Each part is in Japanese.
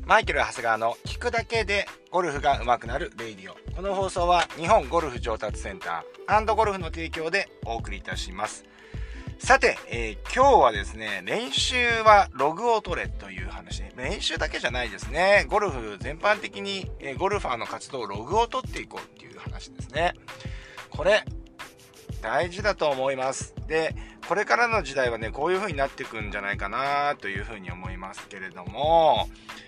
マイケル・長谷川の聞くだけでゴルフが上手くなるレイディオ。この放送は日本ゴルフ上達センター&ゴルフの提供でお送りいたします。さて、今日はですね、練習はログを取れという話。練習だけじゃないですね。ゴルフ全般的に、ゴルファーの活動をログを取っていこうっていう話ですね。これ大事だと思います。で、これからの時代はね、こういう風になっていくんじゃないかなという風に思いますけれども、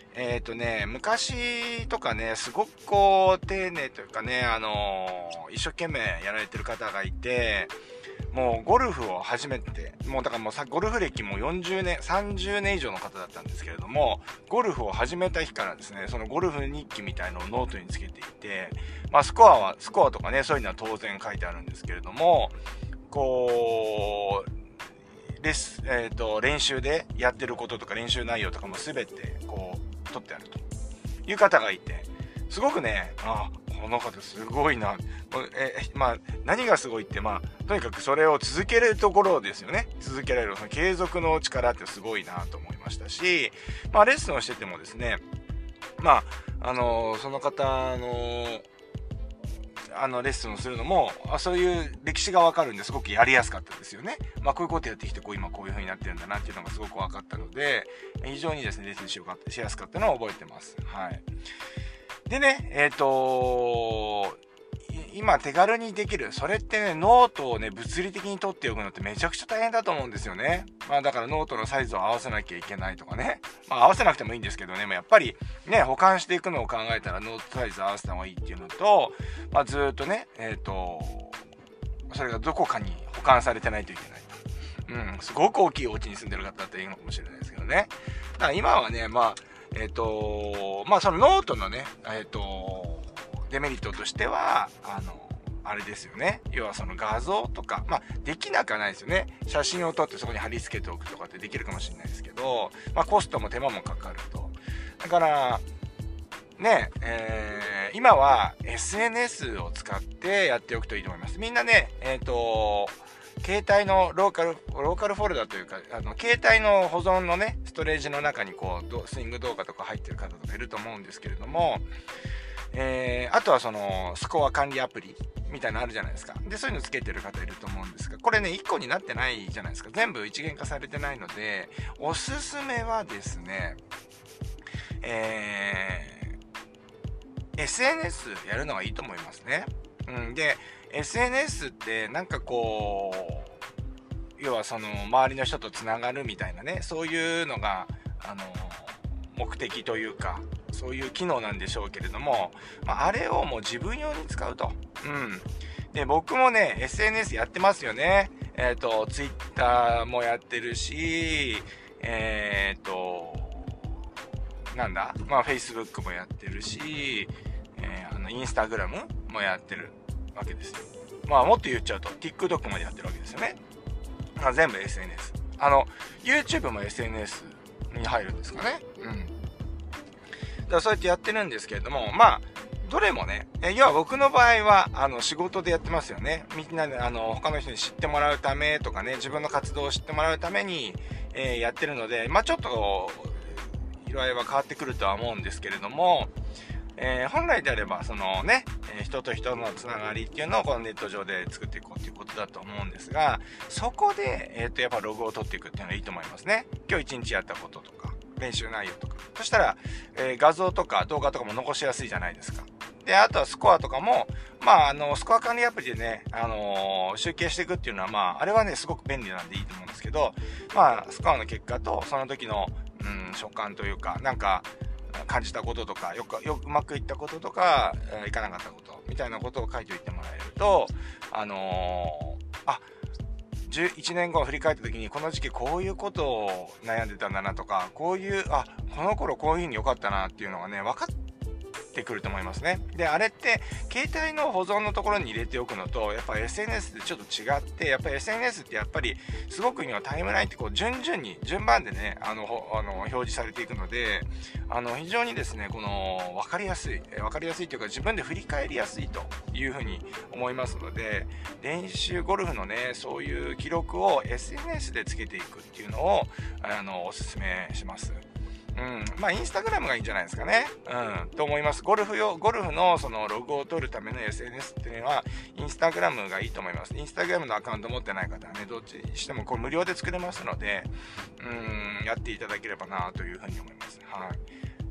昔とかね、すごくこう丁寧というかね、一生懸命やられてる方がいて、もうゴルフを始めて、もうだからもうゴルフ歴も40年、30年以上の方だったんですけれども、ゴルフを始めた日からですね、そのゴルフ日記みたいのをノートにつけていて、まあスコアとかね、そういうのは当然書いてあるんですけれども、こう、練習でやってることとか練習内容とかも全てこう取ってあるという方がいて、すごくね、この方すごいな。まあ何がすごいって、まあとにかくそれを続けるところですよね。続けられるその継続の力ってすごいなと思いましたし、まあレッスンをしててもですね、まあその方のレッスンをするのもそういう歴史がわかるんですごくやりやすかったですよね。まあこういうことやってきて今こういう風になってるんだなっていうのがすごく分かったので、非常にですねレッスンしやすかったのを覚えてます。はい。でね、今手軽にできるそれってね、ノートをね物理的に取っておくのってめちゃくちゃ大変だと思うんですよね。まあだからノートのサイズを合わせなきゃいけないとかね、まあ合わせなくてもいいんですけどね、やっぱりね保管していくのを考えたらノートサイズ合わせた方がいいっていうのと、まあずっとねそれがどこかに保管されてないといけないと。すごく大きいお家に住んでる方だったらいいのかもしれないですけどね。だから今はね、まあそのノートのね、デメリットとしては、あれですよね。要はその画像とか、まあ、できなくはないですよね。写真を撮ってそこに貼り付けておくとかってできるかもしれないですけど、まあ、コストも手間もかかると。だから、ね、今は SNS を使ってやっておくといいと思います。みんなね、携帯のローカルフォルダというか、携帯の保存のね、ストレージの中にこう、スイング動画とか入ってる方とかいると思うんですけれども、あとはその、スコア管理アプリみたいなのあるじゃないですか。で、そういうのつけてる方いると思うんですが、これね、1個になってないじゃないですか。全部一元化されてないので、おすすめはですね、SNS やるのがいいと思いますね。で、SNS ってなんかこう、要はその周りの人とつながるみたいなね、そういうのが目的というか、そういう機能なんでしょうけれども、あれをもう自分用に使うと。で、僕もね SNS やってますよね。Twitter もやってるし、なんだ、まあ Facebook もやってるし、Instagram もやってるわけですよ。まあもっと言っちゃうと TikTok までやってるわけですよね。全部 SNS。YouTube も SNS に入るんですかね。だからそうやってやってるんですけれども、まあどれもね、要は僕の場合は仕事でやってますよね。みんなで他の人に知ってもらうためとかね、自分の活動を知ってもらうために、やってるので、まあちょっと色合いは変わってくるとは思うんですけれども、本来であればそのね、人と人のつながりっていうのをこのネット上で作っていこうということだと思うんですが、そこで、やっぱログを取っていくっていうのがいいと思いますね。今日一日やったこととか練習内容とか、そしたら、画像とか動画とかも残しやすいじゃないですか。で、あとはスコアとかも、まあ、スコア管理アプリでね、集計していくっていうのは、まあ、あれはね、すごく便利なんでいいと思うんですけど、まあ、スコアの結果と、その時の、所感というか、なんか、感じたこととか、うまくいったこととか、いかなかったこと、みたいなことを書いておいてもらえると、1年後を振り返った時にこの時期こういうことを悩んでたんだなとか、この頃こういう風に良かったなっていうのがね分かってくると思いますね。で、あれって携帯の保存のところに入れておくのとやっぱ SNS でちょっと違って、やっぱり SNS ってやっぱりすごく今タイムラインってこう順番でね表示されていくので、非常にですねこの分かりやすいというか自分で振り返りやすいというふうに思いますので、練習ゴルフのねそういう記録を SNS でつけていくっていうのをおすすめします。 まあインスタグラムがいいんじゃないですかね。と思います。ゴルフのそのログを取るための SNS っていうのはインスタグラムがいいと思います。インスタグラムのアカウント持ってない方はね、どっちにしてもこれ無料で作れますので、やっていただければなというふうに思います。はい。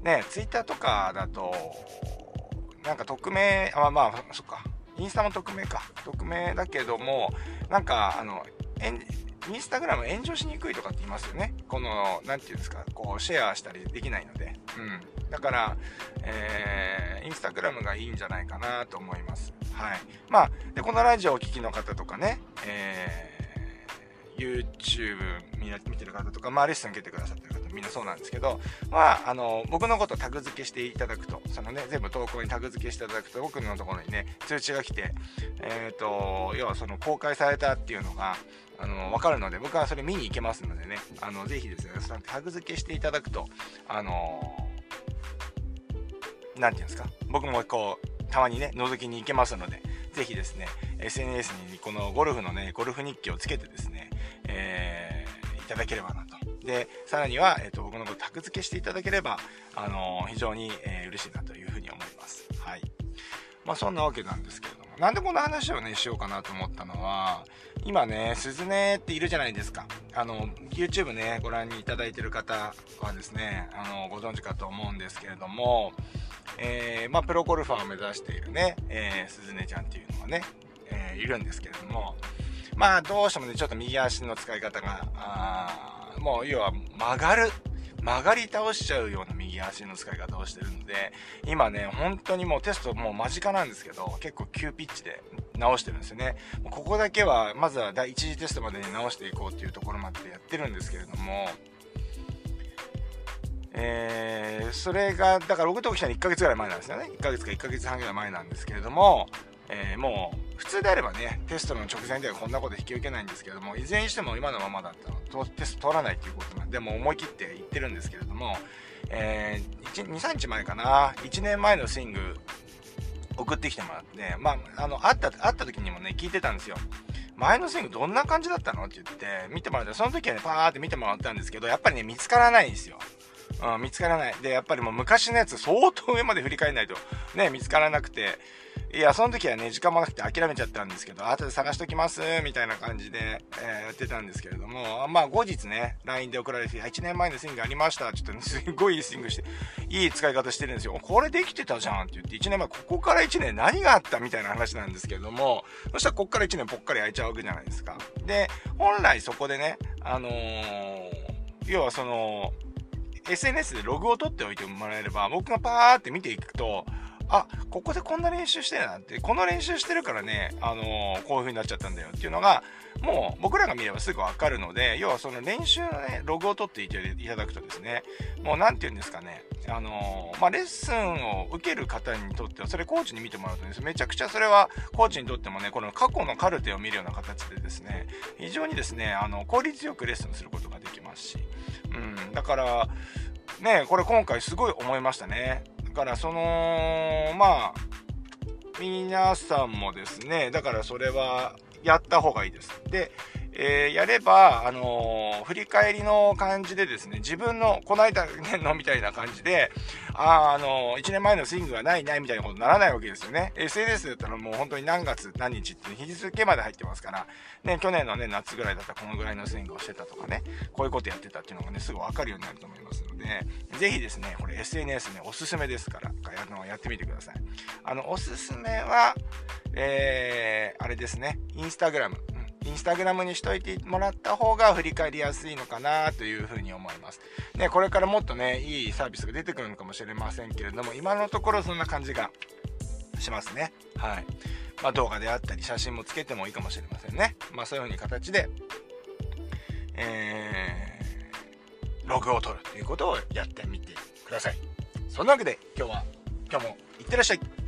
ね、ツイッターとかだとなんか匿名、そっか。インスタも匿名か。匿名だけども、なんかインスタグラム炎上しにくいとかって言いますよね。この、なんていうんですか、こう、シェアしたりできないので。だから、インスタグラムがいいんじゃないかなと思います。はい。まあ、で、このラジオをお聞きの方とかね、YouTube 見てる方とか、レッスン受けてくださってる方みんなそうなんですけど、僕のことをタグ付けしていただくと、そのね、全部投稿にタグ付けしていただくと、僕のところにね、通知が来て、要はその公開されたっていうのが、わかるので、僕はそれ見に行けますのでね、ぜひですね、タグ付けしていただくと、なんていうんですか、僕もこう、たまにね、覗きに行けますので、ぜひですね、SNS にこのゴルフのね、ゴルフ日記をつけてですね、いただければなと。で、さらには、僕のことタグ付けしていただければ、非常に、嬉しいなというふうに思います。はい。そんなわけなんですけれども、なんでこの話をね、しようかなと思ったのは、今ね、スズメっているじゃないですか。YouTube ね、ご覧にいただいている方はですね、ご存知かと思うんですけれども、プロゴルファーを目指しているね、スズネちゃんっていうのがね、いるんですけれども、どうしてもね、ちょっと右足の使い方が、もう要は曲がり倒しちゃうような右足の使い方をしてるので、今ね、本当にもうテストもう間近なんですけど、結構急ピッチで直してるんですよね。ここだけは、まずは第一次テストまでに直していこうっていうところまでやってるんですけれども、それが、だから僕と来たの1ヶ月ぐらい前なんですよね。1ヶ月か1ヶ月半ぐらい前なんですけれども、もう普通であればね、テストの直前ではこんなこと引き受けないんですけれども、いずれにしても今のままだったらテスト通らないということなんで、もう思い切って言ってるんですけれども、2、3日前かな、1年前のスイング送ってきてもらって、会った時にもね、聞いてたんですよ。前のスイングどんな感じだったのって言って見てもらって、その時はね、パーって見てもらったんですけど、やっぱりね、見つからないんですよ。見つからない。で、やっぱりもう昔のやつ相当上まで振り返らないとね、見つからなくて、いや、その時はね、時間もなくて諦めちゃったんですけど、後で探しときます、みたいな感じで、やってたんですけれども、後日ね、LINE で送られて、1年前のスイングありました。ちょっとね、すごいいいスイングして、いい使い方してるんですよ。これできてたじゃんって言って、1年前、ここから1年何があったみたいな話なんですけれども、そしたらここから1年ぽっかり空いちゃうわけじゃないですか。で、本来そこでね、要はその、SNS でログを取っておいてもらえれば、僕がパーって見ていくと、ここでこんな練習してるなって、この練習してるからね、こういう風になっちゃったんだよっていうのが、もう僕らが見ればすぐわかるので、要はその練習のね、ログを取っていただくとですね、もうなんて言うんですかね、レッスンを受ける方にとっては、それコーチに見てもらうとですね、めちゃくちゃそれはコーチにとってもね、この過去のカルテを見るような形でですね、非常にですね、効率よくレッスンすることができますし、だから、ね、これ今回すごい思いましたね。だからその皆さんもですね、だからそれはやった方がいいです。で、やれば振り返りの感じでですね、自分のこの間のみたいな感じで1年前のスイングがないみたいなことにならないわけですよね。 SNS だったらもう本当に何月何日って日付まで入ってますからね、去年のね夏ぐらいだったらこのぐらいのスイングをしてたとかね、こういうことやってたっていうのがねすぐ分かるようになると思いますので、ぜひですねこれ SNS ねおすすめですからやってみてください。おすすめはあれですね、インスタグラムにしといてもらった方が振り返りやすいのかなというふうに思います。ね、これからもっとね、いいサービスが出てくるのかもしれませんけれども、今のところそんな感じがしますね。はい。動画であったり、写真もつけてもいいかもしれませんね。そういう風に形で、ログを取るということをやってみてください。そんなわけで、今日もいってらっしゃい。